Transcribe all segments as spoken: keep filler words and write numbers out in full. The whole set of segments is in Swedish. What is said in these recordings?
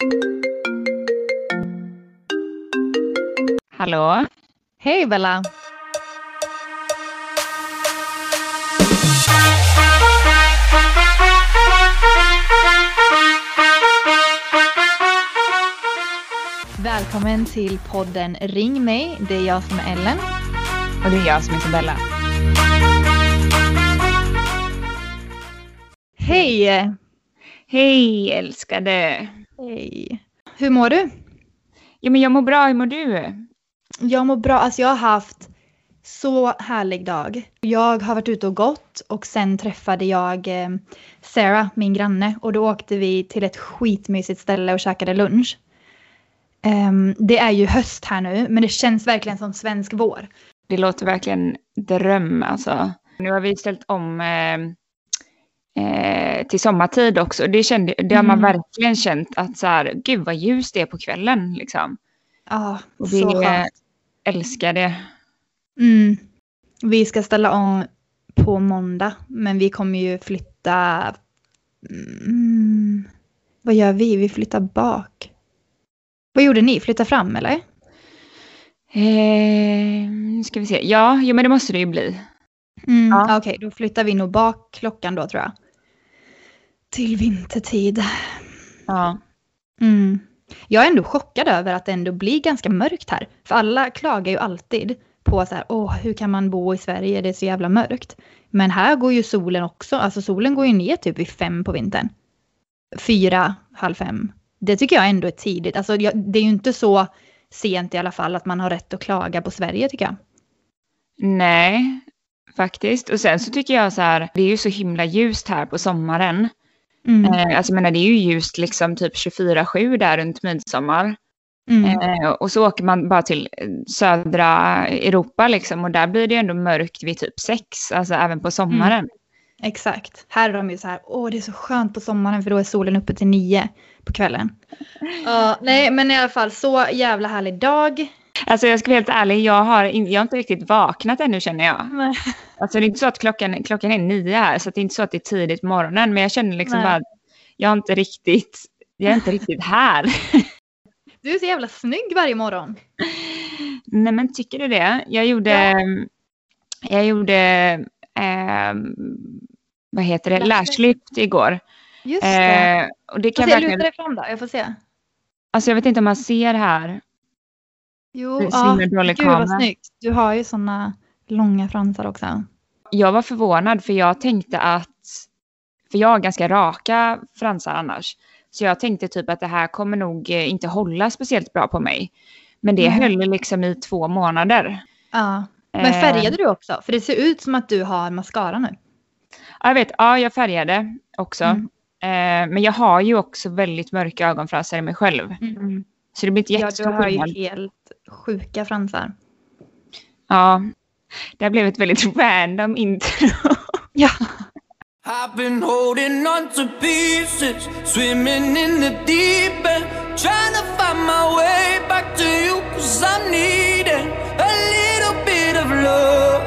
Hallå? Hej Bella! Välkommen till podden Ring mig. Det är jag som är Ellen. Och det är jag som är Isabella. Hej! Hej älskade! Hej! Hur mår du? Ja, men jag mår bra, hur mår du? Jag mår bra, alltså jag har haft så härlig dag. Jag har varit ute och gått och sen träffade jag eh, Sarah, min granne. Och då åkte vi till ett skitmysigt ställe och käkade lunch. Um, det är ju höst här nu, men det känns verkligen som svensk vår. Det låter verkligen dröm alltså. Nu har vi ställt om eh, eh, till sommartid också. Det, kände, det har man Mm. verkligen känt att så här, gud vad ljus det är på kvällen liksom. Ja, Och så vi skönt. älskar det. Mm. Vi ska ställa om på måndag, men vi kommer ju flytta... Mm. Vad gör vi? Vi flyttar bak. Vad gjorde ni? Flytta fram, eller? Eh, nu ska vi se. Ja, jo, men det måste det ju bli. Mm. Ja. Okej, då flyttar vi nog bak klockan då, tror jag. Till vintertid. Ja. Mm. Jag är ändå chockad över att det ändå blir ganska mörkt här. För alla klagar ju alltid på så här, åh, hur kan man bo i Sverige? Det är så jävla mörkt. Men här går ju solen också. Alltså solen går ju ner typ vid fem på vintern. Fyra, halv fem. Det tycker jag ändå är tidigt. Alltså jag, det är ju inte så sent i alla fall att man har rätt att klaga på Sverige, tycker jag. Nej, faktiskt. Och sen så tycker jag så här, det är ju så himla ljust här på sommaren. Mm. Eh, alltså jag menar, det är ju ljust liksom typ tjugofyra sju där runt midsommar. Mm. Eh, och så åker man bara till södra Europa liksom, och där blir det ändå mörkt vid typ sex, alltså även på sommaren. Mm. Exakt. Här är de ju så här, åh det är så skönt på sommaren för då är solen uppe till nio på kvällen. Uh, nej, men i alla fall så jävla härlig dag. Alltså jag ska vara helt ärlig, jag har, in, jag har inte riktigt vaknat ännu känner jag. Nej. Alltså det är inte så att klockan, klockan är nio här, så det är inte så att det är tidigt på morgonen, men jag känner liksom Nej. bara att jag är inte riktigt, jag är inte riktigt här. Du är så jävla snygg varje morgon. Nej, men tycker du det? Jag gjorde, Ja. jag gjorde, eh, vad heter det, Lashlift. lashlift igår. Just det. Eh, och det Får kan se, verkligen, luta dig fram då, jag får se. alltså jag vet inte om man ser här. Jo, Det är så ja, himla dålig gud vad kamera. snyggt. Du har ju såna långa fransar också. Jag var förvånad för jag tänkte att, för jag har ganska raka fransar annars. Så jag tänkte typ att det här kommer nog eh, inte hålla speciellt bra på mig. Men det Nej. höll liksom i två månader. Ja. Men Eh, färgade du också? För det ser ut som att du har mascara nu. Ja, jag vet, ja jag färgade också. Mm. Eh, men jag har ju också väldigt mörka ögonfransar i mig själv. Mm. Så det blir inte Ja, du jättestor har ju skillnad. helt sjuka fransar. Ja, det här blev ett väldigt random intro. Ja. I've been holding on to pieces, swimming in the deep end, trying to find my way back to you, 'cause I'm needing a little bit of love,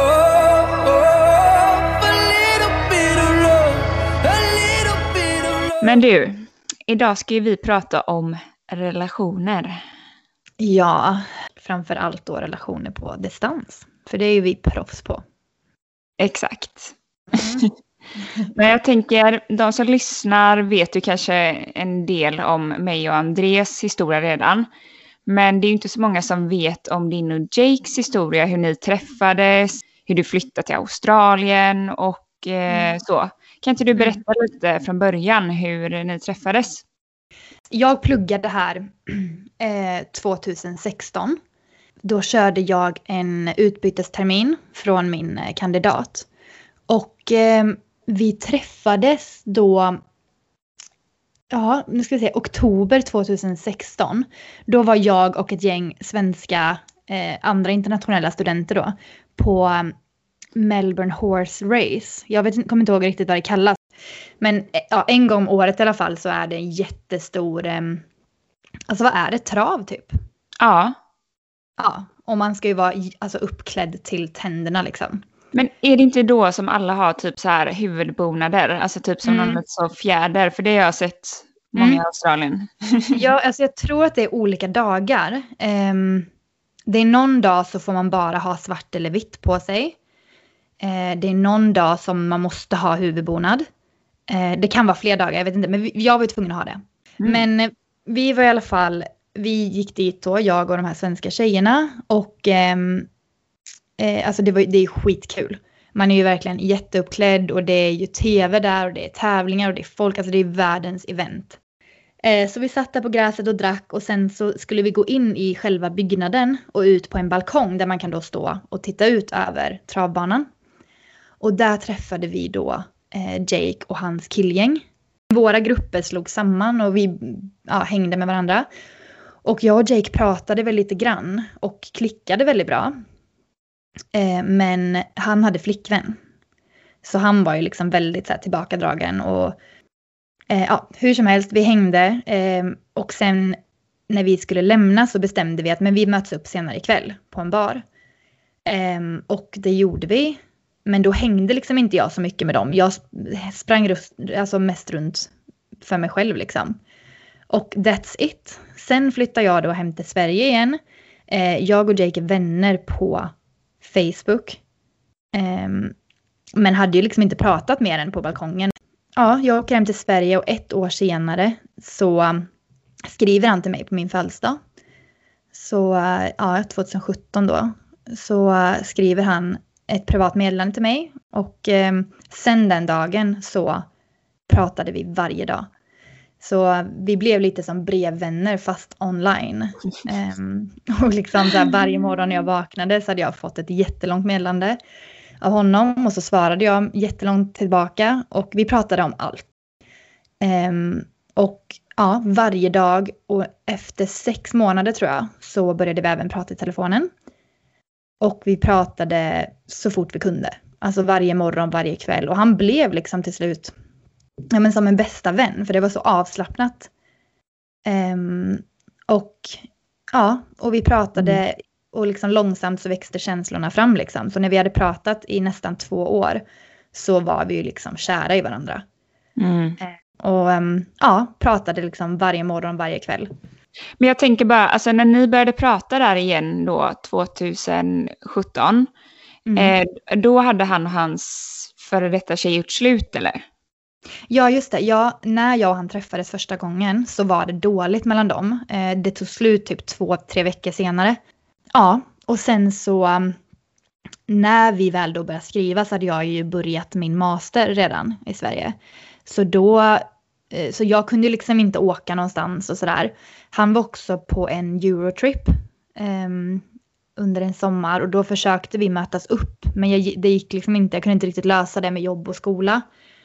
a little bit of love, a little bit of love. Men du, idag ska ju vi prata om relationer. Ja, framför allt då relationer på distans. För det är ju vi proffs på. Exakt. Mm. Men jag tänker, de som lyssnar vet ju kanske en del om mig och Andres historia redan. Men det är ju inte så många som vet om din och Jakes historia, hur ni träffades, hur du flyttade till Australien och eh, Mm. så. Kan inte du berätta lite från början hur ni träffades? Jag pluggade här eh, tjugohundrasexton. Då körde jag en utbytestermin från min eh, kandidat. Och eh, vi träffades då, ja nu ska vi se, oktober tjugohundrasexton. Då var jag och ett gäng svenska, eh, andra internationella studenter då, på eh, Melbourne Horse Race. Jag vet, kommer inte ihåg riktigt vad det kallas. Men eh, ja, en gång om året i alla fall så är det en jättestor, eh, alltså vad är det, trav typ? Ja. Ja, och man ska ju vara alltså, uppklädd till tänderna liksom. Men är det inte då som alla har typ så här huvudbonader? Alltså typ som Mm. någon så fjäder. För det har jag sett många Mm. i Australien. Ja, alltså jag tror att det är olika dagar. Ehm, det är någon dag så får man bara ha svart eller vitt på sig. Eh, det är någon dag som man måste ha huvudbonad. Eh, det kan vara fler dagar, jag vet inte, men vi, jag var tvungen att ha det. Mm. Men eh, vi var i alla fall, vi gick dit då, jag och de här svenska tjejerna. Och ehm, eh, alltså det, var, det är skitkul. Man är ju verkligen jätteuppklädd och det är ju tv där och det är tävlingar och det är folk, alltså det är världens event. Eh, så vi satt där på gräset och drack och sen så skulle vi gå in i själva byggnaden och ut på en balkong där man kan då stå och titta ut över travbanan. Och där träffade vi då eh, Jake och hans killgäng. Våra grupper slog samman och vi ja, hängde med varandra. Och jag och Jake pratade väl lite grann och klickade väldigt bra. Eh, men han hade flickvän. Så han var ju liksom väldigt så här, tillbakadragen och eh, ja, hur som helst, vi hängde. Eh, och sen när vi skulle lämna så bestämde vi att men vi möts upp senare ikväll på en bar. Eh, och det gjorde vi. Men då hängde liksom inte jag så mycket med dem. Jag sprang rust, alltså mest runt för mig själv liksom. Och that's it. Sen flyttade jag då hem till Sverige igen. Eh, jag och Jake är vänner på Facebook. Eh, men hade ju liksom inte pratat mer än på balkongen. Ja, jag åker hem till Sverige och ett år senare så skriver han till mig på min födelsedag. Så ja, tjugohundrasjutton då. Så skriver han ett privat meddelande till mig. Och eh, sen den dagen så pratade vi varje dag. Så vi blev lite som brevvänner fast online. Um, och liksom så här, varje morgon när jag vaknade så hade jag fått ett jättelångt meddelande av honom. Och så svarade jag jättelångt tillbaka. Och vi pratade om allt. Um, och ja, varje dag och efter sex månader tror jag så började vi även prata i telefonen. Och vi pratade så fort vi kunde. Alltså varje morgon, varje kväll. Och han blev liksom till slut ja, men som en bästa vän. För det var så avslappnat. Um, och ja, och vi pratade. Mm. Och liksom långsamt så växte känslorna fram liksom. Så när vi hade pratat i nästan två år. Så var vi ju liksom kära i varandra. Mm. Uh, och um, ja, pratade liksom varje morgon, varje kväll. Men jag tänker bara, alltså när ni började prata där igen då, tjugosjutton. Mm. Eh, då hade han och hans före detta tjej gjort slut, eller? Ja, just det. Ja, när jag och han träffades första gången så var det dåligt mellan dem. Eh, det tog slut typ två, tre veckor senare. Ja, och sen så um, när vi väl då började skriva så hade jag ju börjat min master redan i Sverige. Så då, eh, så jag kunde liksom inte åka någonstans och sådär. Han var också på en Eurotrip eh, under en sommar och då försökte vi mötas upp. Men jag, det gick liksom inte, jag kunde inte riktigt lösa det med jobb och skola.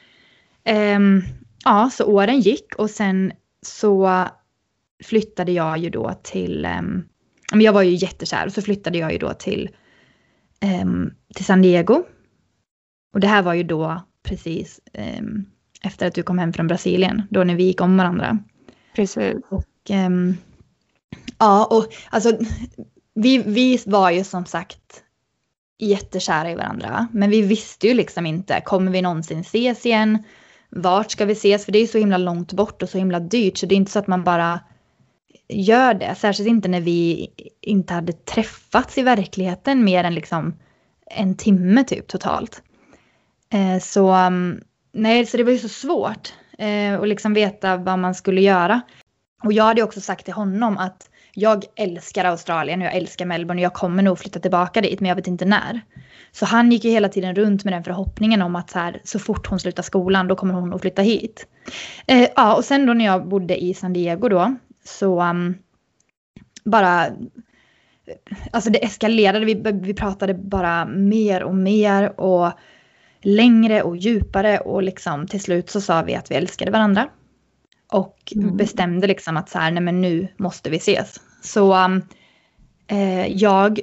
Um, ja, så åren gick och sen så flyttade jag ju då till, um, jag var ju jättekär och så flyttade jag ju då till, um, till San Diego. Och det här var ju då precis um, efter att du kom hem från Brasilien, då när vi gick om varandra. Precis. Och um, ja, och alltså vi, vi var ju som sagt jättekära i varandra. Men vi visste ju liksom inte, kommer vi någonsin ses igen? Vart ska vi ses? För det är så himla långt bort och så himla dyrt. Så det är inte så att man bara gör det. Särskilt inte när vi inte hade träffats i verkligheten mer än liksom en timme typ totalt. Eh, så, nej, så det var ju så svårt eh, att liksom veta vad man skulle göra. Och jag hade också sagt till honom att jag älskar Australien och jag älskar Melbourne och jag kommer nog flytta tillbaka dit men jag vet inte när. Så han gick ju hela tiden runt med den förhoppningen om att så, här, så fort hon slutar skolan då kommer hon att flytta hit. Eh, ja, och sen då när jag bodde i San Diego då så um, bara, alltså det eskalerade, vi, vi pratade bara mer och mer och längre och djupare och liksom till slut så sa vi att vi älskade varandra. Och mm. bestämde liksom att så här, nej men nu måste vi ses. Så um, eh, jag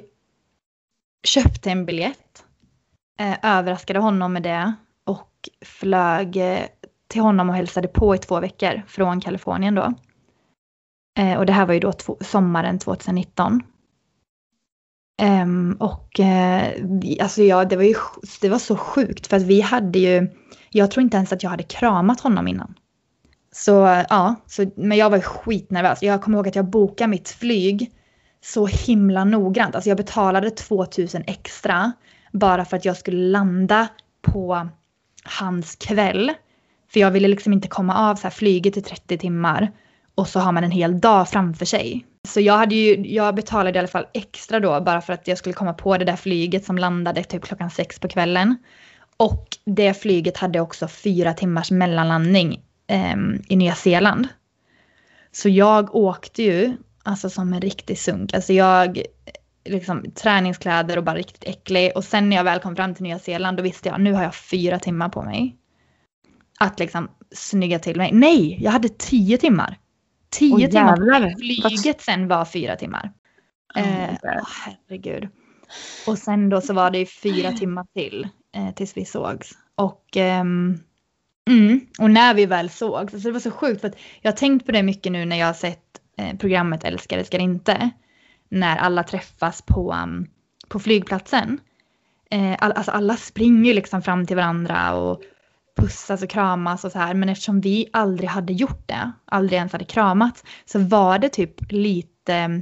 köpte en biljett. Eh, överraskade honom med det. Och flög eh, till honom och hälsade på i två veckor från Kalifornien då. Eh, och det här var ju då t- sommaren tjugonitton. Um, och eh, vi, alltså ja, det var ju det var så sjukt för att vi hade ju, jag tror inte ens att jag hade kramat honom innan. Så ja, så, men jag var skitnervös. Jag kommer ihåg att jag bokade mitt flyg så himla noggrant. Alltså jag betalade tvåtusen extra bara för att jag skulle landa på hans kväll. För jag ville liksom inte komma av så här flyget i trettio timmar och så har man en hel dag framför sig. Så jag, hade ju, jag betalade i alla fall extra då bara för att jag skulle komma på det där flyget som landade typ klockan sex på kvällen. Och det flyget hade också fyra timmars mellanlandning eh, i Nya Zeeland. Så jag åkte ju alltså som en riktig sunk. Alltså jag liksom träningskläder och bara riktigt äcklig. Och sen när jag väl kom fram till Nya Zeeland då visste jag nu har jag fyra timmar på mig. Att liksom snygga till mig. Nej, jag hade tio timmar. Tio oh, timmar. Flyget sen var fyra timmar. Oh, eh, oh, herregud. Och sen då så var det fyra timmar till. Eh, tills vi sågs. Och, ehm, mm, och när vi väl sågs. Så det var så sjukt. För att jag har tänkt på det mycket nu när jag har sett eh, programmet Älskar, älskar inte. När alla träffas på, um, på flygplatsen. Eh, all, alltså alla springer liksom fram till varandra. Och pussas och kramas och så här. Men eftersom vi aldrig hade gjort det. Aldrig ens hade kramat. Så var det typ lite...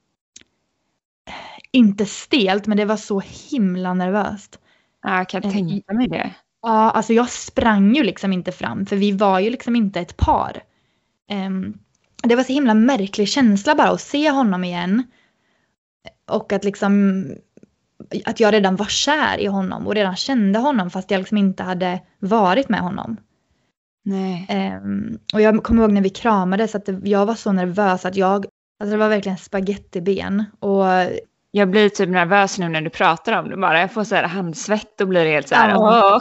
Inte stelt, men det var så himla nervöst. Ja, jag kan tänka mig det. Ja, alltså jag sprang ju liksom inte fram. För vi var ju liksom inte ett par. Um, det var så himla märklig känsla bara att se honom igen. Och att liksom... Att jag redan var kär i honom. Och redan kände honom fast jag liksom inte hade varit med honom. Nej. Um, och jag kommer ihåg när vi kramades så att det, jag var så nervös att jag... Alltså det var verkligen spagettiben. Och... Jag blir typ nervös nu när du pratar om det bara. Jag får så här handsvett och blir helt så här. Ja,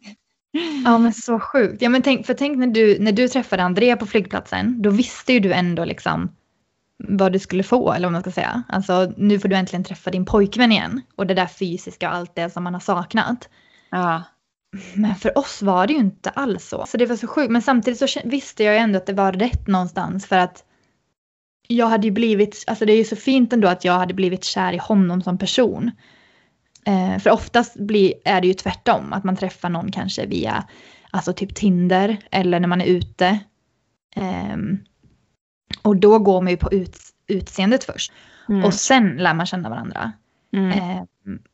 ja men så sjukt. Ja, men tänk, för tänk när du, när du träffade Andrea på flygplatsen. Då visste ju du ändå liksom vad du skulle få. Eller vad man ska säga. Alltså nu får du äntligen träffa din pojkvän igen. Och det där fysiska och allt det som man har saknat. Ja. Men för oss var det ju inte alls så. Så det var så sjukt. Men samtidigt så visste jag ju ändå att det var rätt någonstans. För att jag hade ju blivit, alltså det är ju så fint ändå att jag hade blivit kär i honom som person. Eh, för oftast blir, är det ju tvärtom. Att man träffar någon kanske via alltså typ Tinder eller när man är ute. Eh, och då går man ju på ut, utseendet först. Mm. Och sen lär man känna varandra. Mm. Eh,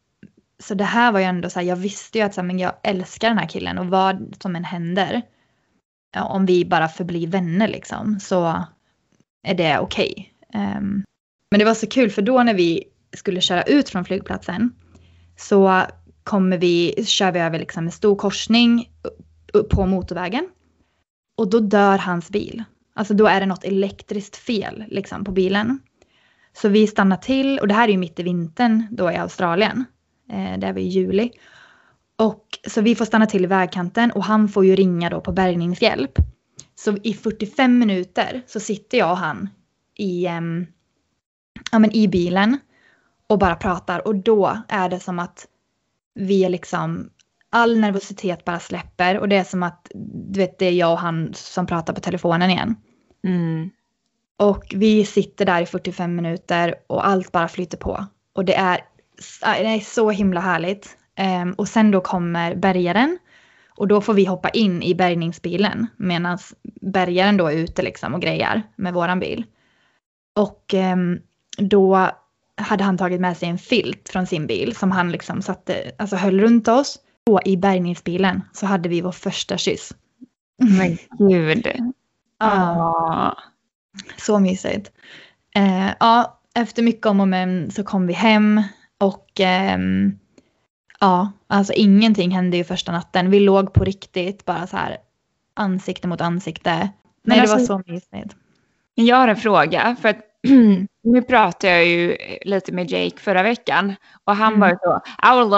så det här var ju ändå så här, jag visste ju att så här, men jag älskar den här killen. Och vad som än händer, ja, om vi bara förblir vänner liksom, så... är det okej. Okay. Um, men det var så kul för då när vi skulle köra ut från flygplatsen så kommer vi, kör vi över liksom en stor korsning på motorvägen. Och då dör hans bil. Alltså då är det något elektriskt fel liksom på bilen. Så vi stannar till, och det här är ju mitt i vintern då i Australien. Eh, det är vi i juli. Och så vi får stanna till i vägkanten och han får ju ringa då på bärgningshjälp. Så i fyrtiofem minuter så sitter jag och han i, um, ja, men i bilen och bara pratar. Och då är det som att vi är liksom, all nervositet bara släpper. Och det är som att, du vet, det är jag och han som pratar på telefonen igen. Mm. Och vi sitter där i fyrtiofem minuter och allt bara flyter på. Och det är, det är så himla härligt. Um, och sen då kommer bärgaren. Och då får vi hoppa in i bärgningsbilen medan bärgaren då är ute liksom och grejar med våran bil. Och eh, då hade han tagit med sig en filt från sin bil som han liksom satte, alltså höll runt oss. Och i bärgningsbilen så hade vi vår första kyss. Men gud. Ja. Så mysigt. Eh, ja, efter mycket om och men så kom vi hem och... Eh, Ja, alltså ingenting hände ju första natten. Vi låg på riktigt, bara så här ansikte mot ansikte. Nej, men alltså, det var så mysigt. Jag har en fråga, för att nu pratade jag ju lite med Jake förra veckan. Och han mm. var så,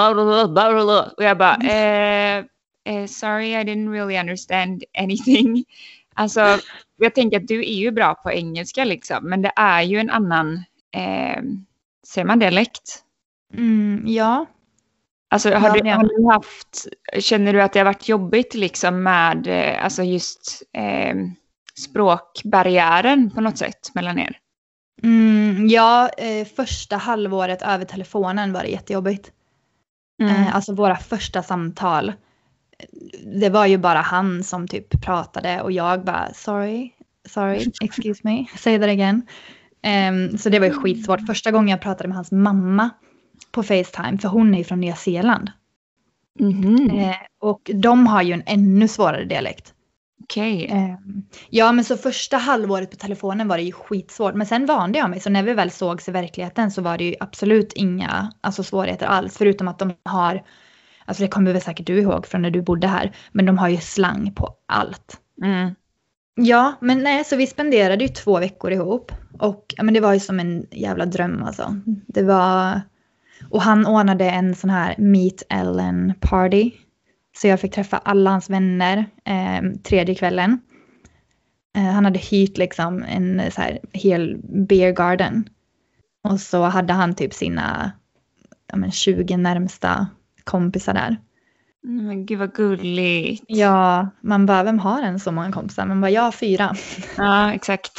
och jag bara, eh, eh, sorry, I didn't really understand anything. Alltså, jag tänker att du är ju bra på engelska liksom, men det är ju en annan, eh, säger man dialekt? Mm, ja. Alltså har, ja, du, har du haft, känner du att det har varit jobbigt liksom med alltså just eh, språkbarriären på något sätt mellan er? Mm, ja, eh, första halvåret över telefonen var det jättejobbigt. Mm. Eh, alltså våra första samtal det var ju bara han som typ pratade och jag bara sorry, sorry, excuse me, say that again. Um, så det var ju skitsvårt. Första gången jag pratade med hans mamma på FaceTime, för hon är ju från Nya Zeeland. Mm-hmm. Uh, och de har ju en ännu svårare dialekt. Okej. Okay. Um, ja, men så första halvåret på telefonen var det ju skitsvårt. Men sen vande jag mig. Så när vi väl sågs i verkligheten så var det ju absolut inga alltså, svårigheter alls. Förutom att de har, alltså det kommer väl säkert du ihåg från när du bodde här. Men de har ju slang på allt. Mm. Ja, men nej, så vi spenderade ju två veckor ihop. Och ja, men det var ju som en jävla dröm alltså. Det var, och han ordnade en sån här Meet Ellen party. Så jag fick träffa alla hans vänner eh, tredje kvällen. Eh, han hade hyrt liksom en så här hel beer garden. Och så hade han typ sina ja, men tjugo närmsta kompisar där. Men gud vad gulligt. Ja, man bara, vem har en så många kompisar? Man bara, jag har fyra. Ja, exakt.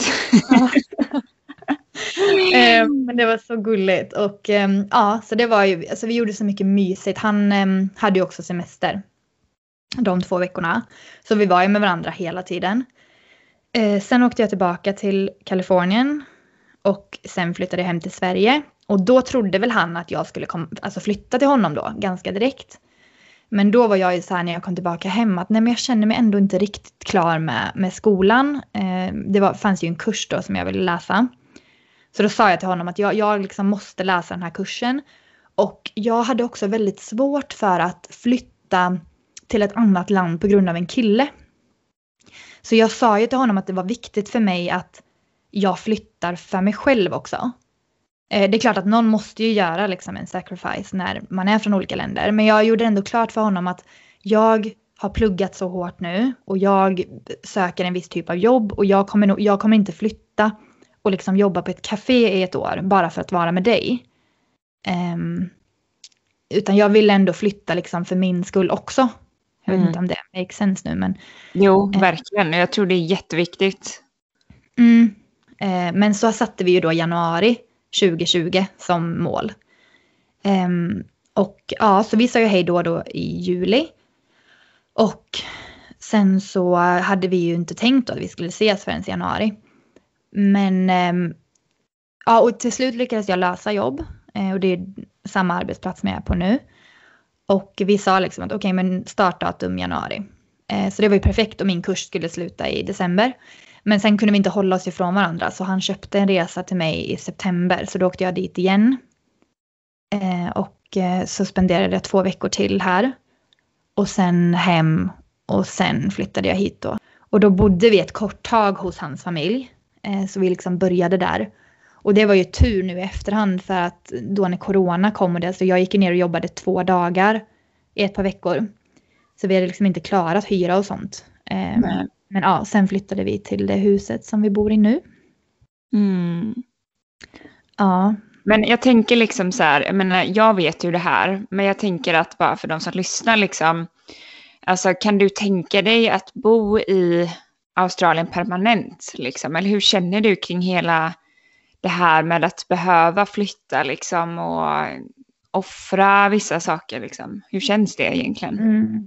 eh, men det var så gulligt. Och eh, ja, så det var ju, alltså vi gjorde så mycket mysigt. Han eh, hade ju också semester de två veckorna. Så vi var ju med varandra hela tiden. Eh, sen åkte jag tillbaka till Kalifornien. Och sen flyttade jag hem till Sverige. Och då trodde väl han att jag skulle kom, alltså flytta till honom då, ganska direkt. Men då var jag ju så här när jag kom tillbaka hem att nej, men jag känner mig ändå inte riktigt klar med, med skolan. Eh, det var, fanns ju en kurs då som jag ville läsa. Så då sa jag till honom att jag, jag liksom måste läsa den här kursen. Och jag hade också väldigt svårt för att flytta till ett annat land på grund av en kille. Så jag sa ju till honom att det var viktigt för mig att jag flyttar för mig själv också. Det är klart att någon måste ju göra liksom en sacrifice när man är från olika länder. Men jag gjorde ändå klart för honom att jag har pluggat så hårt nu. Och jag söker en viss typ av jobb. Och jag kommer, nog, jag kommer inte flytta och liksom jobba på ett café i ett år bara för att vara med dig. Um, utan jag vill ändå flytta liksom för min skull också. Jag vet mm. inte om det makes sense nu. Men, jo, eh, verkligen. Jag tror det är jätteviktigt. Mm, eh, men så satte vi ju då januari tjugo tjugo som mål. Um, och ja, så vi sa ju hej då då i juli. Och sen så hade vi ju inte tänkt då att vi skulle ses förrän i januari. Men um, ja, och till slut lyckades jag lösa jobb. Uh, och det är samma arbetsplats som jag är på nu. Och vi sa liksom att okej, okay, men startdatum januari. Uh, så det var ju perfekt och min kurs skulle sluta i december. Men sen kunde vi inte hålla oss ifrån varandra. Så han köpte en resa till mig i september. Så då åkte jag dit igen. Eh, och eh, så spenderade jag två veckor till här. Och sen hem. Och sen flyttade jag hit då. Och då bodde vi ett kort tag hos hans familj. Eh, så vi liksom började där. Och det var ju tur nu i efterhand. För att då när corona kom. Och det, så jag gick ner och jobbade två dagar. I ett par veckor. Så vi hade liksom inte klarat hyra och sånt. Eh, Men ja, sen flyttade vi till det huset som vi bor i nu. Mm. Ja. Men jag tänker liksom så här, jag menar, jag vet ju det här. Men jag tänker att bara för de som lyssnar liksom. Alltså kan du tänka dig att bo i Australien permanent liksom? Eller hur känner du kring hela det här med att behöva flytta liksom och offra vissa saker liksom? Hur känns det egentligen? Mm.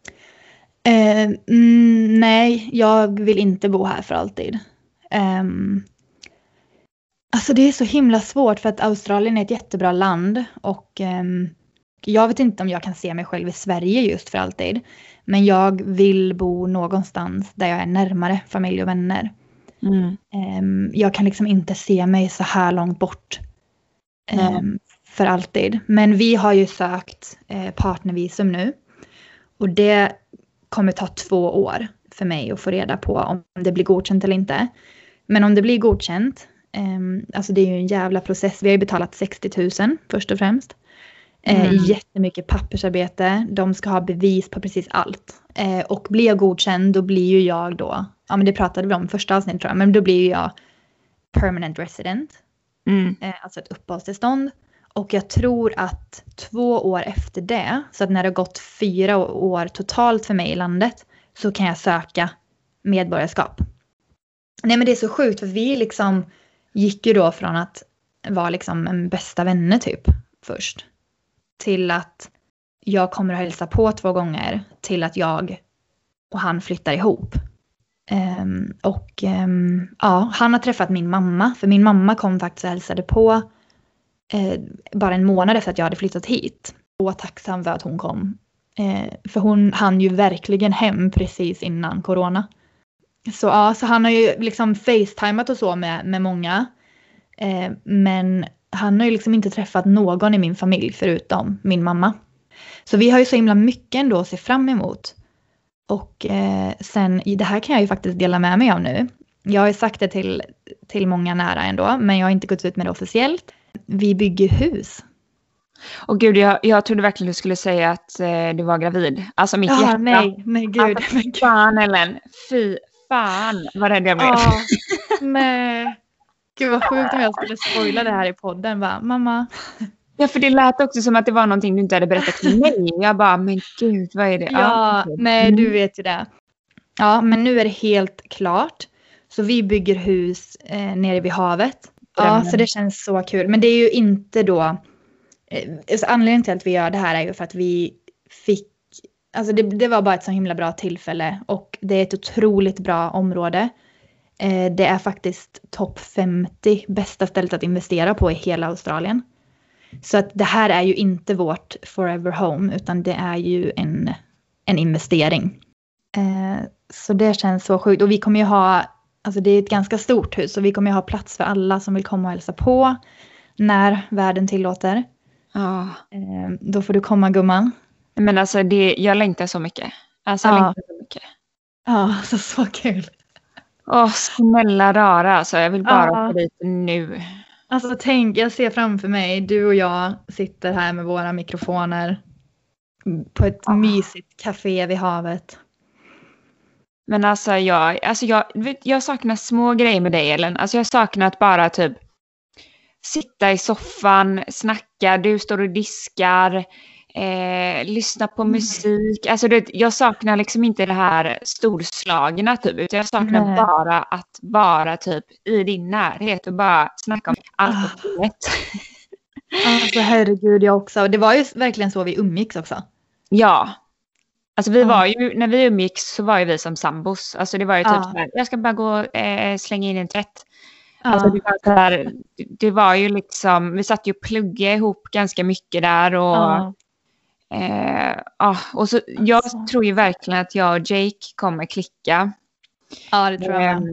Eh, mm, nej, jag vill inte bo här för alltid. Um, alltså det är så himla svårt för att Australien är ett jättebra land. Och um, jag vet inte om jag kan se mig själv i Sverige just för alltid. Men jag vill bo någonstans där jag är närmare familj och vänner. Mm. Um, jag kan liksom inte se mig så här långt bort um, mm. för alltid. Men vi har ju sökt uh, partnervisum nu. Och det kommer ta två år för mig att få reda på om det blir godkänt eller inte. Men om det blir godkänt, eh, alltså det är ju en jävla process. Vi har ju betalat sextio tusen först och främst. Eh, mm. Jättemycket pappersarbete. De ska ha bevis på precis allt. Eh, och blir jag godkänd, då blir ju jag då, ja men det pratade vi om första avsnittet tror jag, men då blir ju jag permanent resident. Mm. Eh, alltså ett uppehållstillstånd. Och jag tror att två år efter det, så att när det har gått fyra år totalt för mig i landet, så kan jag söka medborgarskap. Nej men det är så sjukt för vi liksom gick ju då från att vara liksom en bästa vänner typ först. Till att jag kommer att hälsa på två gånger till att jag och han flyttar ihop. Um, och um, ja, han har träffat min mamma. För min mamma kom faktiskt och hälsade på uh, bara en månad efter att jag hade flyttat hit. Och tacksam för att hon kom. Uh, för hon hann ju verkligen hem precis innan corona. Så ja, så han har ju liksom facetimat och så med, med många. Uh, men han har ju liksom inte träffat någon i min familj förutom min mamma. Så vi har ju så himla mycket ändå att se fram emot. Och eh, sen, det här kan jag ju faktiskt dela med mig av nu. Jag har ju sagt det till, till många nära ändå, men jag har inte gått ut med det officiellt. Vi bygger hus. Och gud, jag, jag trodde verkligen du skulle säga att eh, du var gravid. Alltså mitt ja, hjärta. Nej, nej gud. Alltså, fy fan Ellen, fy fan vad rädd jag blev. Ja, nej. Gud vad sjukt om jag skulle spoila det här i podden. Va? Mamma. Ja, för det lät också som att det var någonting du inte hade berättat för mig. Jag bara, men gud, vad är det? Ja, ja. nej, du vet ju det. Ja, men nu är det helt klart. Så vi bygger hus eh, nere vid havet. Ja, så det känns så kul. Men det är ju inte då... Eh, alltså anledningen till att vi gör det här är ju för att vi fick... Alltså det, det var bara ett så himla bra tillfälle. Och det är ett otroligt bra område. Eh, det är faktiskt topp femtio bästa stället att investera på i hela Australien. Så att det här är ju inte vårt forever home, utan det är ju en, en investering. Eh, så det känns så sjukt. Och vi kommer ju ha, alltså det är ett ganska stort hus, så vi kommer ju ha plats för alla som vill komma och hälsa på när världen tillåter. Ja. Eh, då får du komma, gumman. Men alltså, det, jag längtar så mycket. Alltså jag Ja. längtar så mycket. Ja, så, så kul. Åh, snälla rara. Alltså, jag vill bara Ja. få dit nu. Alltså tänk, jag ser framför mig, du och jag sitter här med våra mikrofoner på ett Ja. mysigt café vid havet. Men alltså jag, alltså jag, vet, jag saknar små grejer med dig Ellen. Alltså jag saknar att bara typ sitta i soffan, snacka, du står och diskar, eh, lyssna på Mm. musik. Alltså det, jag saknar liksom inte det här storslagna typ, utan jag saknar Nej. bara att vara typ i din närhet och bara snacka om allt Ah. och inget. Alltså herregud, jag också. Och det var ju verkligen så vi umgicks också. Ja. Alltså vi Ja. var ju, när vi umgicks så var ju vi som sambos. Alltså det var ju typ Ja. så här, jag ska bara gå och eh, slänga in en tvätt. Ja. Alltså det var så här, det var ju liksom, vi satt ju och pluggade ihop ganska mycket där och Ja. eh, ja, och så jag Alltså. tror ju verkligen att jag och Jake kommer klicka. Ja, det tror jag Eh, med.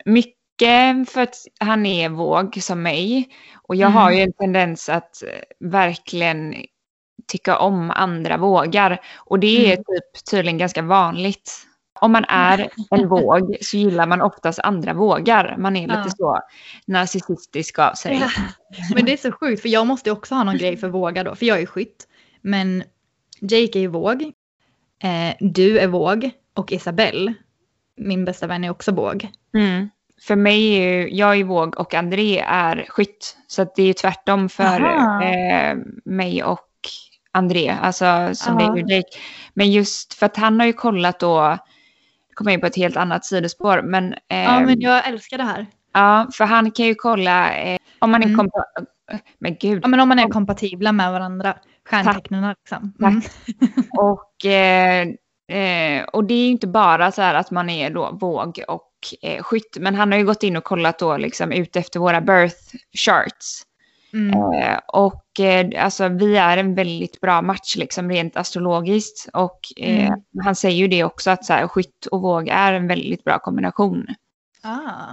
mycket för att han är våg som mig och jag Mm. har ju en tendens att eh, verkligen tycka om andra vågar och det är Mm. typ tydligen ganska vanligt. Om man är en våg så gillar man oftast andra vågar. Man är lite Ja. så narcissistisk av sig. Ja. Men det är så sjukt, för jag måste ju också ha någon grej för våga då. För jag är skytt. Men Jake är ju våg. Eh, du är våg. Och Isabelle, min bästa vän, är också våg. Mm. För mig är ju, jag är våg och André är skytt. Så att det är ju tvärtom för Aha. eh, mig och André. Alltså som Ja. det är ju Jake. Men just för att han har ju kollat då, kommer jag in på ett helt annat sidospår. Men, eh, Ja, men jag älskar det här. ja, för han kan ju kolla eh, om man är Mm. kompa- Men gud. Ja, men om man är kompatibla med varandra. Stjärntecknarna liksom. Mm. Och, eh, eh, och det är ju inte bara så här att man är då våg och eh, skytt. Men han har ju gått in och kollat då liksom ut efter våra birth charts. Mm. Eh, och eh, alltså vi är en väldigt bra match liksom rent astrologiskt. Och eh, Mm. han säger ju det också att så här, skytt och våg är en väldigt bra kombination. Ah.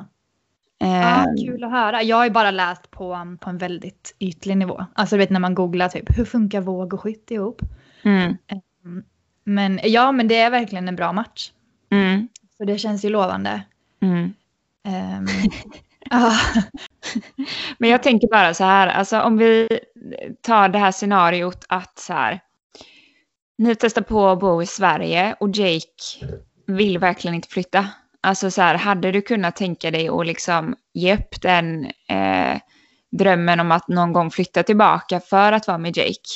Eh, Ah, kul att höra. Jag har ju bara läst på, på en väldigt ytlig nivå. Alltså du vet när man googlar typ hur funkar våg och skytt ihop. mm, Men ja, men det är verkligen en bra match. mm, Så det känns ju lovande. mm. Um, ah, Men jag tänker bara så här, alltså om vi tar det här scenariot att så här, ni testar på att bo i Sverige och Jake vill verkligen inte flytta. Alltså så här, hade du kunnat tänka dig att liksom ge upp den eh, drömmen om att någon gång flytta tillbaka för att vara med Jake?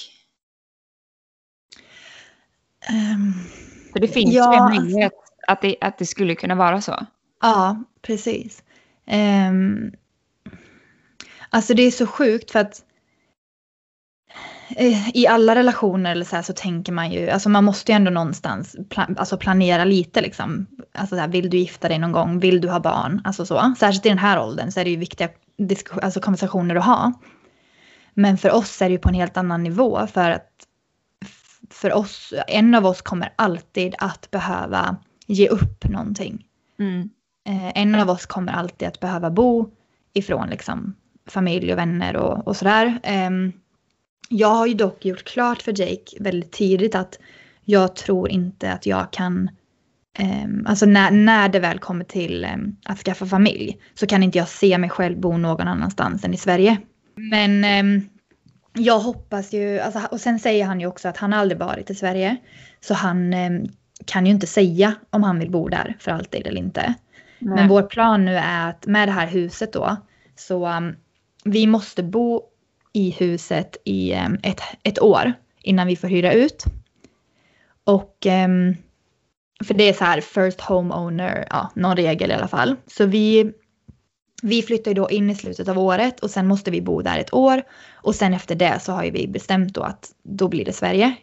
um, För det finns Ja, ju en alltså- möjlighet att det, att det skulle kunna vara så. ja, precis. Um, alltså det är så sjukt för att i alla relationer eller så här så tänker man ju, alltså man måste ju ändå någonstans pla- alltså planera lite liksom. Alltså så här, vill du gifta dig någon gång? Vill du ha barn? Alltså så. Särskilt i den här åldern så är det ju viktiga disk- alltså konversationer att ha. Men för oss är det ju på en helt annan nivå för att för oss, en av oss kommer alltid att behöva ge upp någonting. Mm. Eh, en av oss kommer alltid att behöva bo ifrån liksom familj och vänner och, och sådär. Eh, jag har ju dock gjort klart för Jake väldigt tidigt att jag tror inte att jag kan, eh, alltså när, när det väl kommer till eh, att skaffa familj så kan inte jag se mig själv bo någon annanstans än i Sverige. Men eh, jag hoppas ju, alltså, och sen säger han ju också att han aldrig varit i Sverige. Så han eh, kan ju inte säga om han vill bo där för alltid eller inte. Nej. Men vår plan nu är att med det här huset då, så um, vi måste bo i huset i um, ett, ett år innan vi får hyra ut. Och um, för det är så här first homeowner, ja, någon regel i alla fall. Så vi... Vi flyttar ju då in i slutet av året och sen måste vi bo där ett år. Och sen efter det så har ju vi bestämt då att då blir det Sverige.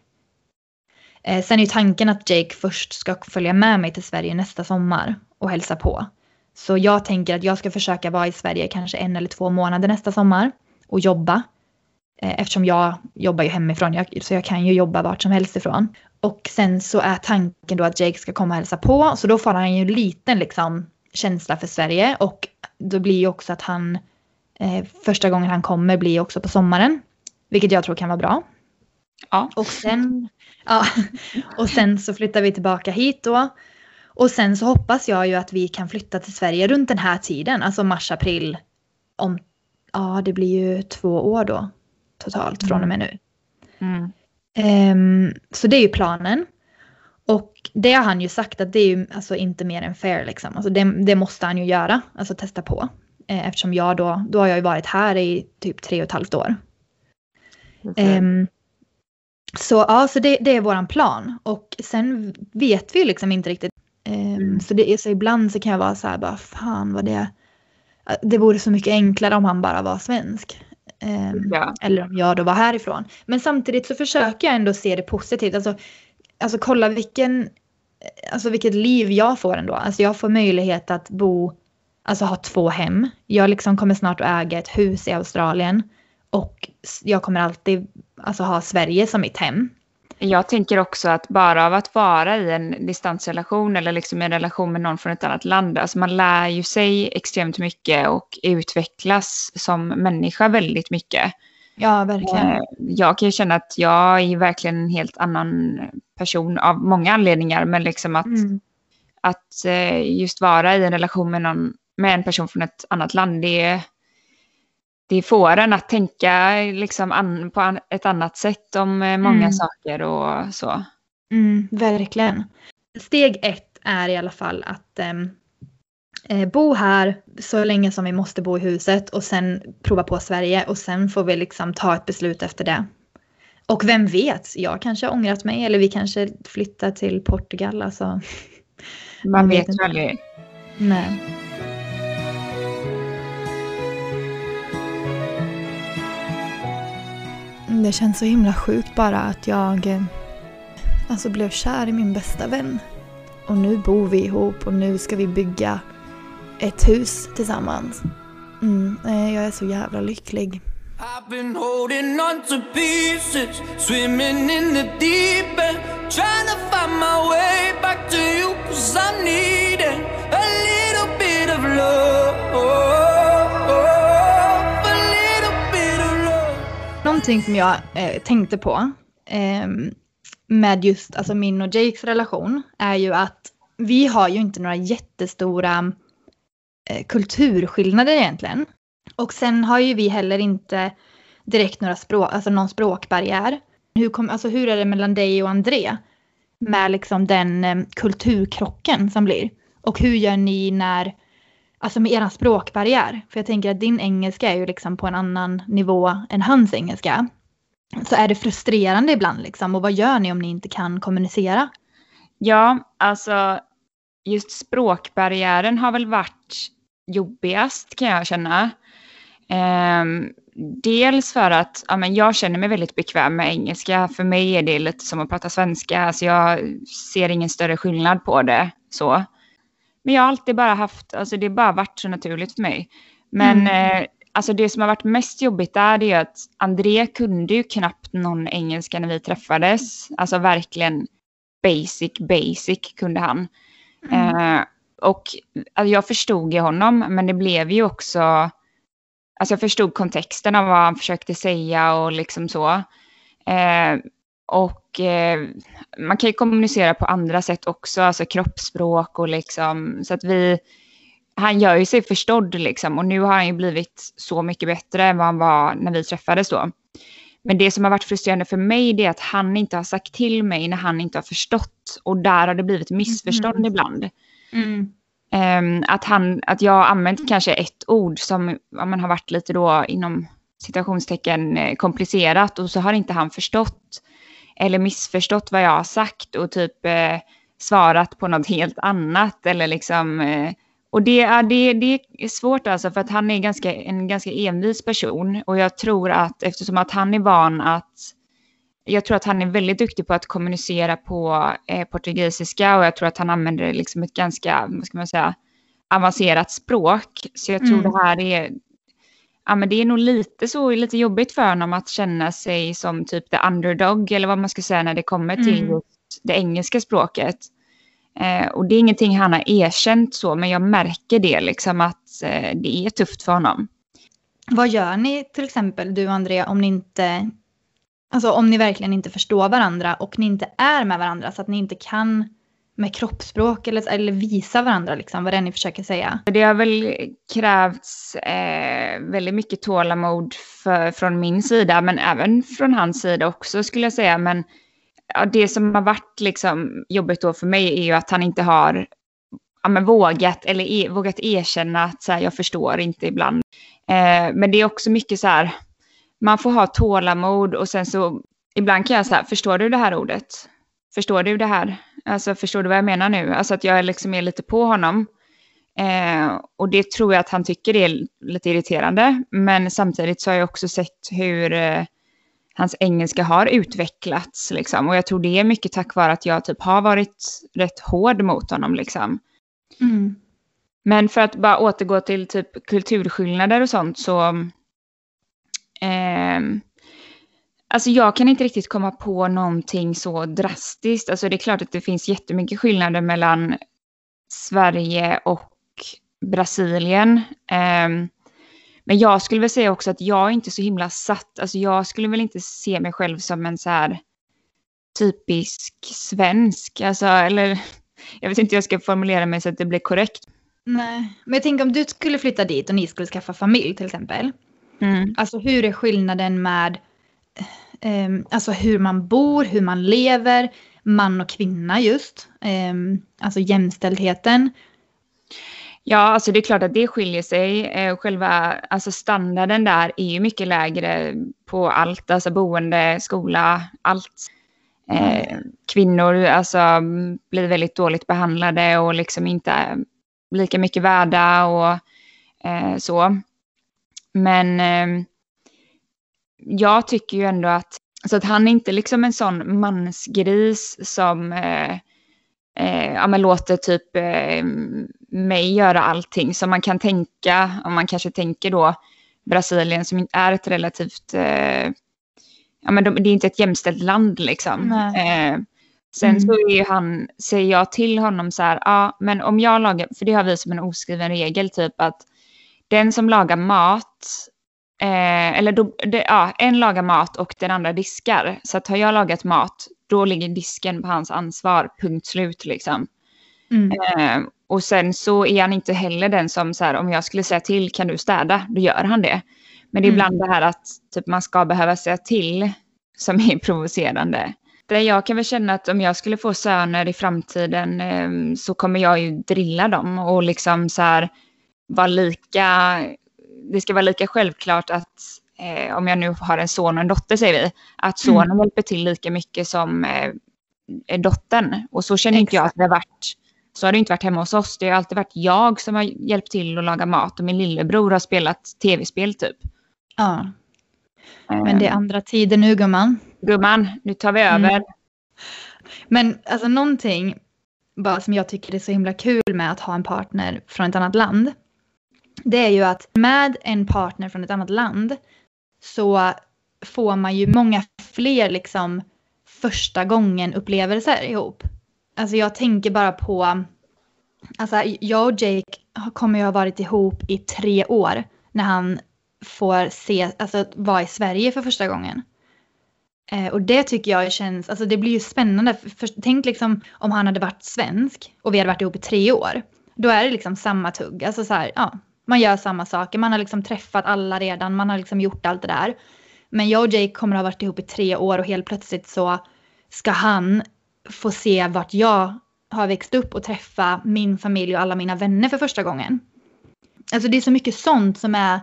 Eh, sen är ju tanken att Jake först ska följa med mig till Sverige nästa sommar och hälsa på. Så jag tänker att jag ska försöka vara i Sverige kanske en eller två månader nästa sommar och jobba. Eh, eftersom jag jobbar ju hemifrån jag, så jag kan ju jobba vart som helst ifrån. Och sen så är tanken då att Jake ska komma och hälsa på. Så då får han ju en liten liksom känsla för Sverige och då blir ju också att han eh, första gången han kommer blir också på sommaren, vilket jag tror kan vara bra. Ja. Och sen ja, och sen så flyttar vi tillbaka hit då. Och sen så hoppas jag ju att vi kan flytta till Sverige runt den här tiden, alltså mars april om ja, det blir ju två år då totalt från och med nu. Mm. Um, så det är ju planen. Och det har han ju sagt att det är ju alltså inte mer än fair liksom. Alltså det, det måste han ju göra. Alltså testa på. Eh, eftersom jag då, då har jag ju varit här i typ tre och ett halvt år. Okay. Um, så ja, så det, det är våran plan. Och sen vet vi liksom inte riktigt. Um, mm. Så, det, så ibland så kan jag vara så här bara, fan vad det... Det vore så mycket enklare om han bara var svensk. Um, ja. Eller om jag då var härifrån. Men samtidigt så försöker jag ändå se det positivt. Alltså... Alltså kolla vilken, alltså vilket liv jag får ändå. Alltså jag får möjlighet att bo, alltså ha två hem. Jag liksom kommer snart att äga ett hus i Australien. Och jag kommer alltid alltså ha Sverige som mitt hem. Jag tänker också att bara av att vara i en distansrelation eller liksom en relation med någon från ett annat land. Alltså man lär ju sig extremt mycket och utvecklas som människa väldigt mycket. Ja, verkligen. Jag kan ju känna att jag är verkligen en helt annan person av många anledningar. Men liksom att, mm. att just vara i en relation med, någon, med en person från ett annat land. Det, det får en att tänka liksom an, på ett annat sätt om många mm. saker och så. Mm, verkligen. Steg ett är i alla fall att... Um... bo här så länge som vi måste bo i huset och sen prova på Sverige och sen får vi liksom ta ett beslut efter det. Och vem vet, jag kanske har ångrat mig eller vi kanske flyttar till Portugal. Alltså. Man, Man vet ju aldrig. Nej. Det känns så himla sjukt bara att jag alltså blev kär i min bästa vän. Och nu bor vi ihop och nu ska vi bygga ett hus tillsammans. Mm, jag är så jävla lycklig. I've been holding on to pieces, swimming in the deep end, trying to find my way back to you, 'cause I'm needing a little bit of love, a little bit of love. Någonting som jag eh, tänkte på eh, med just alltså min och Jakes relation är ju att vi har ju inte några jättestora kulturskillnader egentligen. Och sen har ju vi heller inte direkt några språk, alltså någon språkbarriär. Hur, kom, alltså hur är det mellan dig och André? Med liksom den eh, kulturkrocken som blir. Och hur gör ni när, alltså med eran språkbarriär? För jag tänker att din engelska är ju liksom på en annan nivå än hans engelska. Så är det frustrerande ibland liksom. Och vad gör ni om ni inte kan kommunicera? Ja, alltså just språkbarriären har väl varit jobbigast kan jag känna. Um, dels för att ja, men jag känner mig väldigt bekväm med engelska. För mig är det lite som att prata svenska. Alltså jag ser ingen större skillnad på det. Så. Men jag har alltid bara haft, alltså det har bara varit så naturligt för mig. Men mm. eh, alltså det som har varit mest jobbigt där det är att André kunde ju knappt någon engelska när vi träffades. Alltså verkligen basic, basic kunde han. Mm. Eh, och alltså jag förstod ju honom, men det blev ju också, alltså jag förstod kontexten av vad han försökte säga och liksom så. Eh, och eh, man kan ju kommunicera på andra sätt också, alltså kroppsspråk och liksom, så att vi, han gör ju sig förstådd liksom, och nu har han ju blivit så mycket bättre än vad han var när vi träffades då. Men det som har varit frustrerande för mig det är att han inte har sagt till mig när han inte har förstått, och där har det blivit missförstånd mm. ibland. Mm. Um, att, han, att jag har använt kanske ett ord som ja, man har varit lite då inom citationstecken eh, komplicerat, och så har inte han förstått eller missförstått vad jag har sagt och typ eh, svarat på något helt annat eller liksom eh, och det är, det, det är svårt alltså, för att han är ganska, en ganska envis person, och jag tror att eftersom att han är van att jag tror att han är väldigt duktig på att kommunicera på eh, portugisiska, och jag tror att han använder liksom ett ganska, vad ska man säga, avancerat språk. Så jag tror mm. det här är, ja men det är nog lite så, lite jobbigt för honom att känna sig som typ the underdog, eller vad man ska säga när det kommer till mm. just det engelska språket. Eh, och det är ingenting han har erkänt så, men jag märker det liksom att eh, det är tufft för honom. Vad gör ni till exempel, du och Andrea, om ni inte, alltså om ni verkligen inte förstår varandra och ni inte är med varandra, så att ni inte kan med kroppsspråk eller, eller visa varandra liksom, vad det är ni försöker säga? Det har väl krävts eh, väldigt mycket tålamod för, från min sida, men även från hans sida också skulle jag säga. Men ja, det som har varit liksom jobbigt då för mig är ju att han inte har ja, men vågat eller e- vågat erkänna att så här, jag förstår inte ibland. Eh, men det är också mycket så här, man får ha tålamod, och sen så ibland kan jag så här, förstår du det här ordet? Förstår du det här? Alltså förstår du vad jag menar nu? Alltså att jag liksom är lite på honom. Eh, och det tror jag att han tycker är lite irriterande. Men samtidigt så har jag också sett hur eh, hans engelska har utvecklats. Liksom. Och jag tror det är mycket tack vare att jag typ har varit rätt hård mot honom. Liksom. Mm. Men för att bara återgå till typ kulturskillnader och sånt så... Eh, Alltså jag kan inte riktigt komma på någonting så drastiskt. Alltså det är klart att det finns jättemycket skillnader mellan Sverige och Brasilien. Um, men jag skulle väl säga också att jag är inte så himla satt. Alltså jag skulle väl inte se mig själv som en så här typisk svensk. Alltså, eller jag vet inte hur jag ska formulera mig så att det blir korrekt. Nej, men jag tänker om du skulle flytta dit och ni skulle skaffa familj till exempel. Mm. Alltså hur är skillnaden med... Um, alltså hur man bor, hur man lever, man och kvinna just, um, alltså jämställdheten. Ja, alltså det är klart att det skiljer sig. Eh, själva alltså standarden där är ju mycket lägre på allt, alltså boende, skola, allt. Eh, mm. Kvinnor alltså blir väldigt dåligt behandlade och liksom inte lika mycket värda och eh, så. Men eh, jag tycker ju ändå att, alltså att han är inte liksom en sån mansgris som eh, eh, ja, men låter typ eh, mig göra allting som man kan tänka. Om man kanske tänker då Brasilien som är ett relativt, eh, ja men de, det är inte ett jämställt land liksom. Eh, sen mm. så är han, säger jag till honom så här, ja men om jag lagar, för det har vi som en oskriven regel typ att den som lagar mat, Eh, eller då, det, ja, en lagar mat och den andra diskar. Så att har jag lagat mat, då ligger disken på hans ansvar, punkt slut liksom. Mm. Eh, och sen så är han inte heller den som så här, om jag skulle säga till, kan du städa? Då gör han det. Men det är mm. ibland det här att typ, man ska behöva säga till som är provocerande. Det jag kan väl känna att om jag skulle få söner i framtiden eh, så kommer jag ju drilla dem och liksom så här vara lika... Det ska vara lika självklart att eh, om jag nu har en son och en dotter säger vi, att sonen mm. hjälper till lika mycket som eh, dottern. Och så känner Exakt. Inte jag att det har varit, så har det inte varit hemma hos oss. Det har alltid varit jag som har hjälpt till att laga mat och min lillebror har spelat tv-spel typ. Ja. Men det är andra tider nu, gumman. Gumman, nu tar vi över. Mm. Men alltså någonting bara som jag tycker är så himla kul med att ha en partner från ett annat land. Det är ju att med en partner från ett annat land så får man ju många fler liksom första gången upplevelser ihop. Alltså jag tänker bara på, alltså jag och Jake kommer ju ha varit ihop i tre år när han får se, alltså vara i Sverige för första gången. Eh, och det tycker jag känns, alltså det blir ju spännande. För, för, tänk liksom om han hade varit svensk och vi hade varit ihop i tre år. Då är det liksom samma tugg. Alltså så här, ja, man gör samma saker. Man har liksom träffat alla redan. Man har liksom gjort allt det där. Men jag och Jake kommer ha varit ihop i tre år och helt plötsligt så ska han få se vart jag har växt upp och träffa min familj och alla mina vänner för första gången. Alltså det är så mycket sånt som är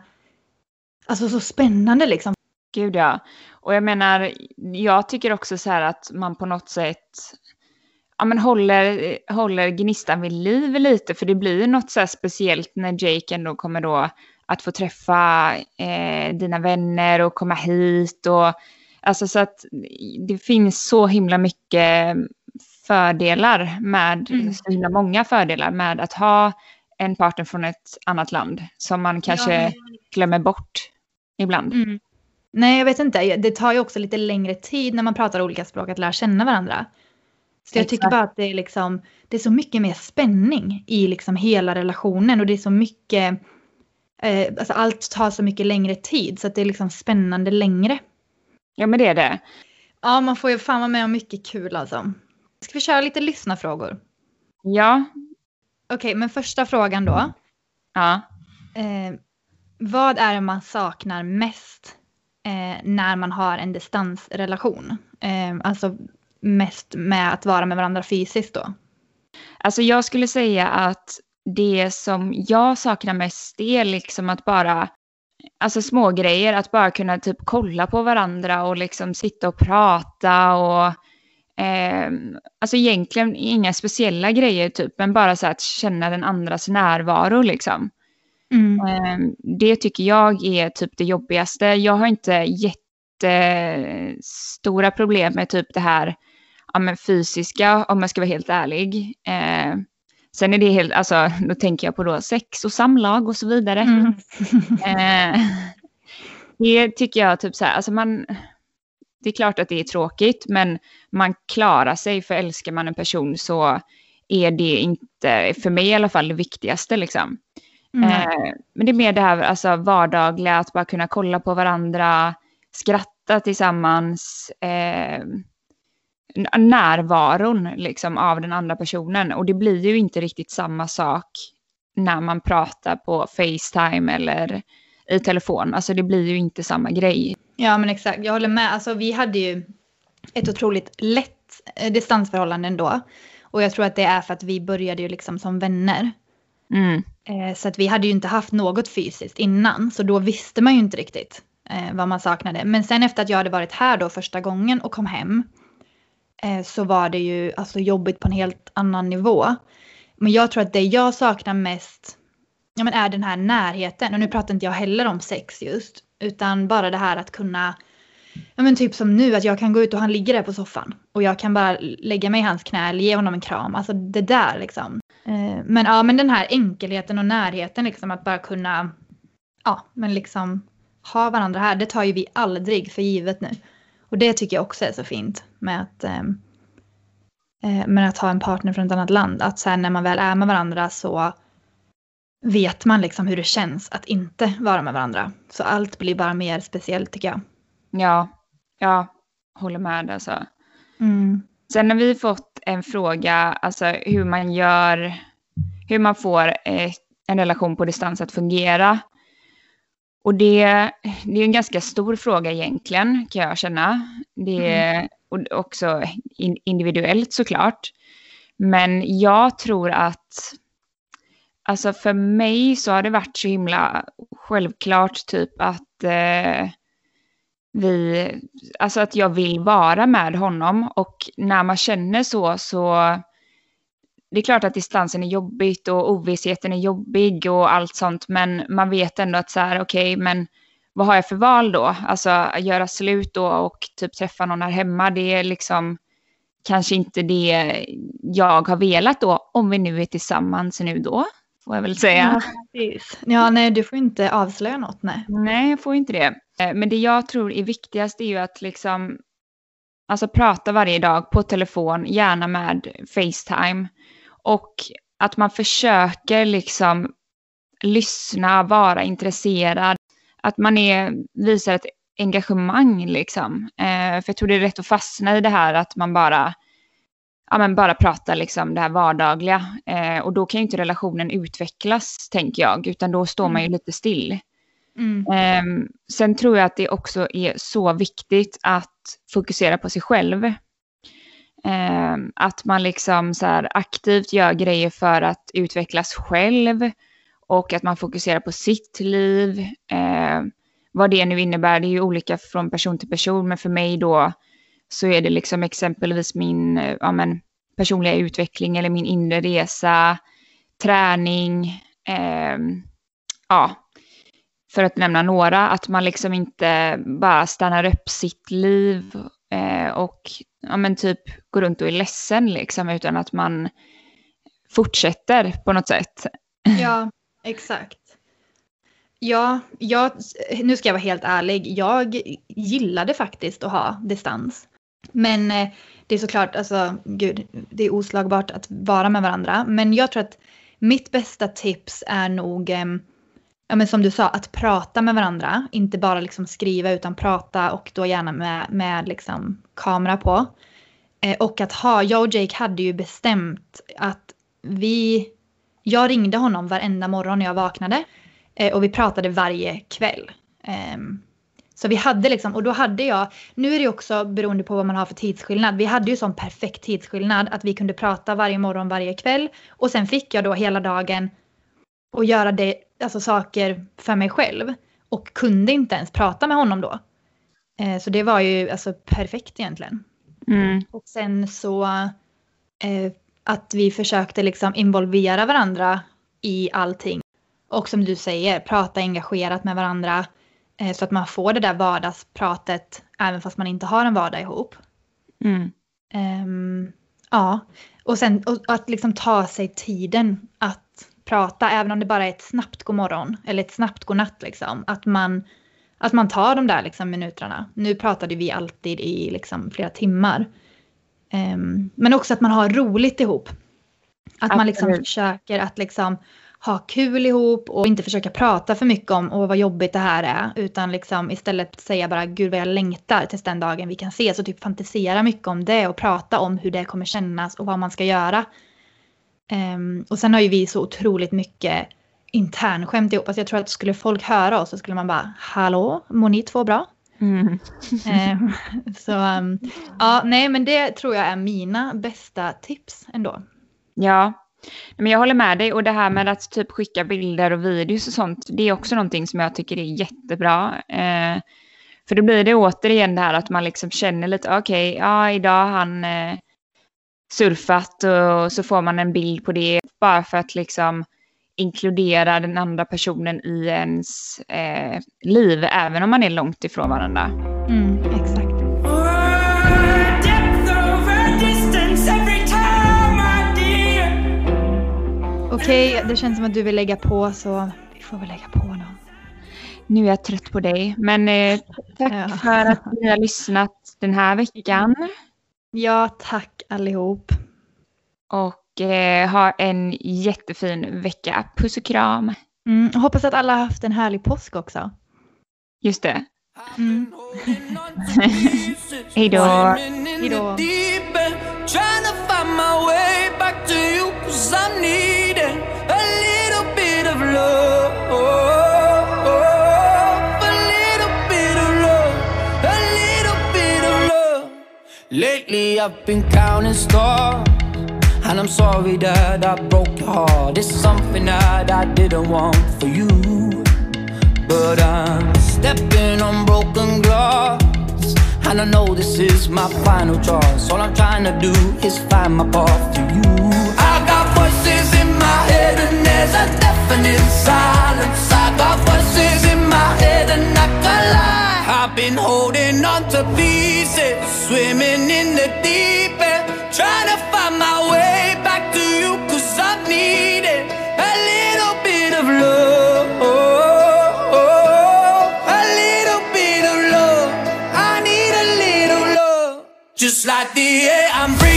alltså så spännande liksom. Gud ja. Och jag menar, jag tycker också så här att man på något sätt ja, men håller, håller gnistan vid liv lite. För det blir något så här speciellt när Jake ändå kommer då att få träffa eh, dina vänner och komma hit. Och, alltså så att det finns så himla mycket fördelar med, mm. så himla många fördelar med att ha en partner från ett annat land som man kanske ja. glömmer bort ibland. Mm. Nej, jag vet inte. Det tar ju också lite längre tid när man pratar olika språk att lära känna varandra. Så jag Exakt. tycker bara att det är liksom, det är så mycket mer spänning i liksom hela relationen och det är så mycket, eh, alltså allt tar så mycket längre tid så att det är liksom spännande längre. Ja, men det är det. Ja, man får ju fan vara med om mycket kul alltså. Ska vi köra lite lyssnarfrågor? Ja. Okej, okay, men första frågan då. Ja. Eh, vad är det man saknar mest eh, när man har en distansrelation? Eh, alltså mest med att vara med varandra fysiskt då? Alltså jag skulle säga att det som jag saknar mest är liksom att bara, alltså små grejer, att bara kunna typ kolla på varandra och liksom sitta och prata och eh, alltså egentligen inga speciella grejer typ, men bara så att känna den andras närvaro liksom. Mm. Eh, det tycker jag är typ det jobbigaste. Jag har inte jättestora problem med typ det här ja, men fysiska, om jag ska vara helt ärlig. Eh, sen är det helt, alltså då tänker jag på då sex och samlag och så vidare. Mm. eh, det tycker jag typ så här, alltså man, det är klart att det är tråkigt, men man klarar sig, för älskar man en person så är det inte, för mig i alla fall, det viktigaste liksom. Mm. Eh, men det är mer det här alltså, vardagliga, att bara kunna kolla på varandra, skratta tillsammans, eh, närvaron liksom, av den andra personen. Och det blir ju inte riktigt samma sak när man pratar på FaceTime eller i telefon. Alltså det blir ju inte samma grej. Ja, men exakt, jag håller med. Alltså vi hade ju ett otroligt lätt eh, distansförhållande ändå. Och jag tror att det är för att vi började ju liksom som vänner. Mm. Eh, så att vi hade ju inte haft något fysiskt innan. Så då visste man ju inte riktigt eh, vad man saknade. Men sen efter att jag hade varit här då första gången och kom hem. Eh, så var det ju alltså jobbigt på en helt annan nivå. Men jag tror att det jag saknar mest ja, men är den här närheten. Och nu pratar inte jag heller om sex just. Utan bara det här att kunna, ja men typ som nu, att jag kan gå ut och han ligger där på soffan. Och jag kan bara lägga mig i hans knä eller ge honom en kram. Alltså det där liksom. Eh, men ja, men den här enkelheten och närheten liksom, att bara kunna, ja men liksom ha varandra här. Det tar ju vi aldrig för givet nu. Och det tycker jag också är så fint med att, eh, med att ha en partner från ett annat land. Att så här, när man väl är med varandra så vet man liksom hur det känns att inte vara med varandra. Så allt blir bara mer speciellt tycker jag. Ja, jag håller med alltså. Mm. Sen har vi fått en fråga, alltså hur man gör, hur man får eh, en relation på distans att fungera. Och det, det är en ganska stor fråga egentligen, kan jag känna. Det är mm. också individuellt såklart. Men jag tror att, alltså för mig så har det varit så himla självklart typ att eh, vi, alltså att jag vill vara med honom. Och när man känner så, så det är klart att distansen är jobbigt och ovissheten är jobbig och allt sånt. Men man vet ändå att så här, okej, okay, men vad har jag för val då? Alltså att göra slut då och typ träffa någon här hemma, det är liksom kanske inte det jag har velat då, om vi nu är tillsammans nu då, får jag väl säga. Ja, precis. Ja, nej, du får inte avslöja något, nej. Nej, jag får inte det. Men det jag tror är viktigast är ju att liksom, alltså prata varje dag på telefon, gärna med FaceTime. Och att man försöker liksom lyssna, vara intresserad. Att man är, visar ett engagemang liksom. Eh, för jag tror det är rätt att fastna i det här att man bara, ja, men bara pratar liksom det här vardagliga. Eh, och då kan ju inte relationen utvecklas, tänker jag. Utan då står man ju lite still. Mm. Eh, sen tror jag att det också är så viktigt att fokusera på sig själv. Eh, att man liksom så här aktivt gör grejer för att utvecklas själv. Och att man fokuserar på sitt liv. Eh, vad det nu innebär, det är ju olika från person till person. Men för mig då så är det liksom exempelvis min ja, men, personliga utveckling eller min inre resa, träning. Eh, ja, för att nämna några. Att man liksom inte bara stannar upp sitt liv eh, och ja, men typ går runt och är ledsen liksom. Utan att man fortsätter på något sätt. Ja, exakt. Ja, jag, nu ska jag vara helt ärlig. Jag gillade faktiskt att ha distans. Men eh, det är såklart, alltså, gud, det är oslagbart att vara med varandra. Men jag tror att mitt bästa tips är nog, eh, ja, men som du sa, att prata med varandra. Inte bara liksom skriva utan prata och då gärna med, med liksom kamera på. Eh, och att ha, jag och Jake hade ju bestämt att vi, jag ringde honom varenda morgon när jag vaknade. Och vi pratade varje kväll. Um, så vi hade liksom, och då hade jag, nu är det också beroende på vad man har för tidsskillnad. Vi hade ju sån perfekt tidsskillnad att vi kunde prata varje morgon, varje kväll. Och sen fick jag då hela dagen och göra det, alltså saker för mig själv. Och kunde inte ens prata med honom då. Uh, så det var ju alltså perfekt egentligen. Mm. Och sen så uh, att vi försökte liksom involvera varandra i allting. Och som du säger, prata engagerat med varandra. Eh, så att man får det där vardagspratet även fast man inte har en vardag ihop. Mm. Um, ja, och sen och att liksom ta sig tiden att prata. Även om det bara är ett snabbt god morgon eller ett snabbt god natt. Liksom, att, man, att man tar de där liksom, minuterna. Nu pratade vi alltid i liksom, flera timmar. Um, men också att man har roligt ihop. Att man liksom försöker att liksom ha kul ihop och inte försöka prata för mycket om och vad jobbigt det här är. Utan liksom istället säga bara gud vad jag längtar tills den dagen vi kan ses. Och typ fantisera mycket om det och prata om hur det kommer kännas och vad man ska göra. Um, och sen har ju vi så otroligt mycket internskämt ihop. Alltså jag tror att skulle folk höra oss så skulle man bara hallå, mår ni två bra? Mm. um, så um, ja, nej men det tror jag är mina bästa tips ändå. Ja, men jag håller med dig, och det här med att typ skicka bilder och videos och sånt, det är också någonting som jag tycker är jättebra. Eh, för då blir det återigen det här att man liksom känner lite, okej, okay, ja idag har han eh, surfat och så får man en bild på det bara för att liksom inkludera den andra personen i ens eh, liv, även om man är långt ifrån varandra. Mm, exakt. Okej, okay, det känns som att du vill lägga på, så vi får väl lägga på då. Nu är jag trött på dig, men eh, tack ja. för att ni har lyssnat den här veckan. Ja, tack allihop. Och eh, ha en jättefin vecka. Puss och kram. Mm, hoppas att alla har haft en härlig påsk också. Just det. Mm. Hej då. Hej då. Trying to find my way back to you, 'cause I'm needing a little bit of love, a little bit of love, a little bit of love. Lately I've been counting stars, and I'm sorry that I broke your heart. This is something that I didn't want for you, but I'm stepping on broken glass, and I know this is my final choice. All I'm trying to do is find my path to you. I got voices in my head and there's a deafening silence. I got voices in my head and I can't been holding on to pieces, swimming in the deep end, trying to find my way back to you, cause I needed a little bit of love, a little bit of love, I need a little love, just like the air I'm breathing.